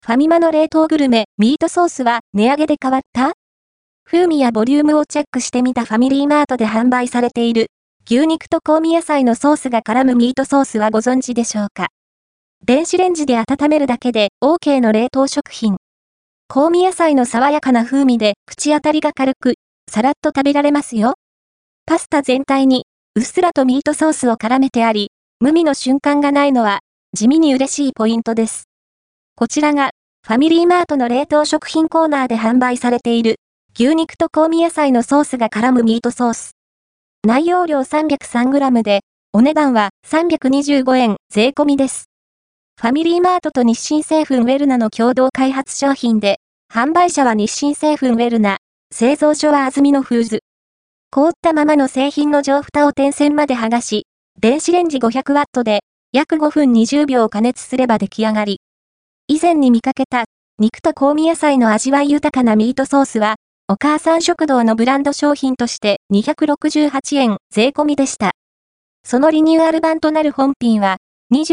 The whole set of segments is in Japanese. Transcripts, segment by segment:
ファミマの冷凍グルメ、ミートソースは値上げで変わった？風味やボリュームをチェックしてみたファミリーマートで販売されている、牛肉と香味野菜のソースが絡むミートソースはご存知でしょうか？電子レンジで温めるだけで OK の冷凍食品。香味野菜の爽やかな風味で口当たりが軽く、さらっと食べられますよ。パスタ全体にうっすらとミートソースを絡めてあり、無味の瞬間がないのは地味に嬉しいポイントです。こちらがファミリーマートの冷凍食品コーナーで販売されている牛肉と香味野菜のソースが絡むミートソース。内容量 303g で、お値段は325円税込みです。ファミリーマートと日清製粉ウェルナの共同開発商品で、販売者は日清製粉ウェルナ、製造所は安曇野フーズ。凍ったままの製品の上蓋を点線まで剥がし、電子レンジ 500W で約5分20秒加熱すれば出来上がり。以前に見かけた肉と香味野菜の味わい豊かなミートソースは、お母さん食堂のブランド商品として268円税込みでした。そのリニューアル版となる本品は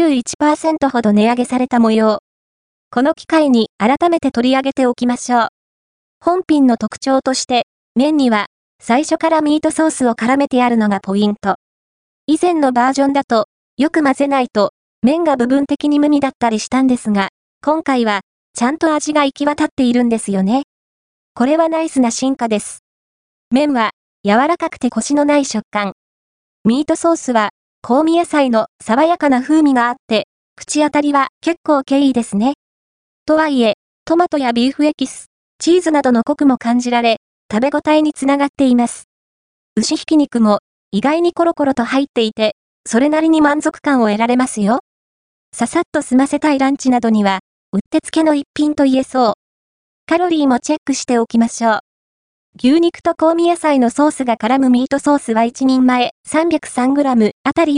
21% ほど値上げされた模様。この機会に改めて取り上げておきましょう。本品の特徴として、麺には最初からミートソースを絡めてあるのがポイント。以前のバージョンだと、よく混ぜないと麺が部分的に無味だったりしたんですが、今回はちゃんと味が行き渡っているんですよね。これはナイスな進化です。麺は柔らかくてコシのない食感。ミートソースは香味野菜の爽やかな風味があって、口当たりは結構軽いですね。とはいえ、トマトやビーフエキス、チーズなどのコクも感じられ、食べ応えにつながっています。牛ひき肉も意外にコロコロと入っていて、それなりに満足感を得られますよ。ささっと済ませたいランチなどには、うってつけの一品と言えそう。カロリーもチェックしておきましょう。牛肉と香味野菜のソースが絡むミートソースは1人前 303g あたり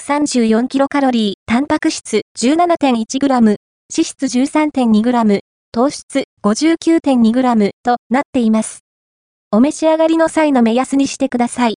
434kcal、タンパク質 17.1g、脂質 13.2g、糖質 59.2g となっています。お召し上がりの際の目安にしてください。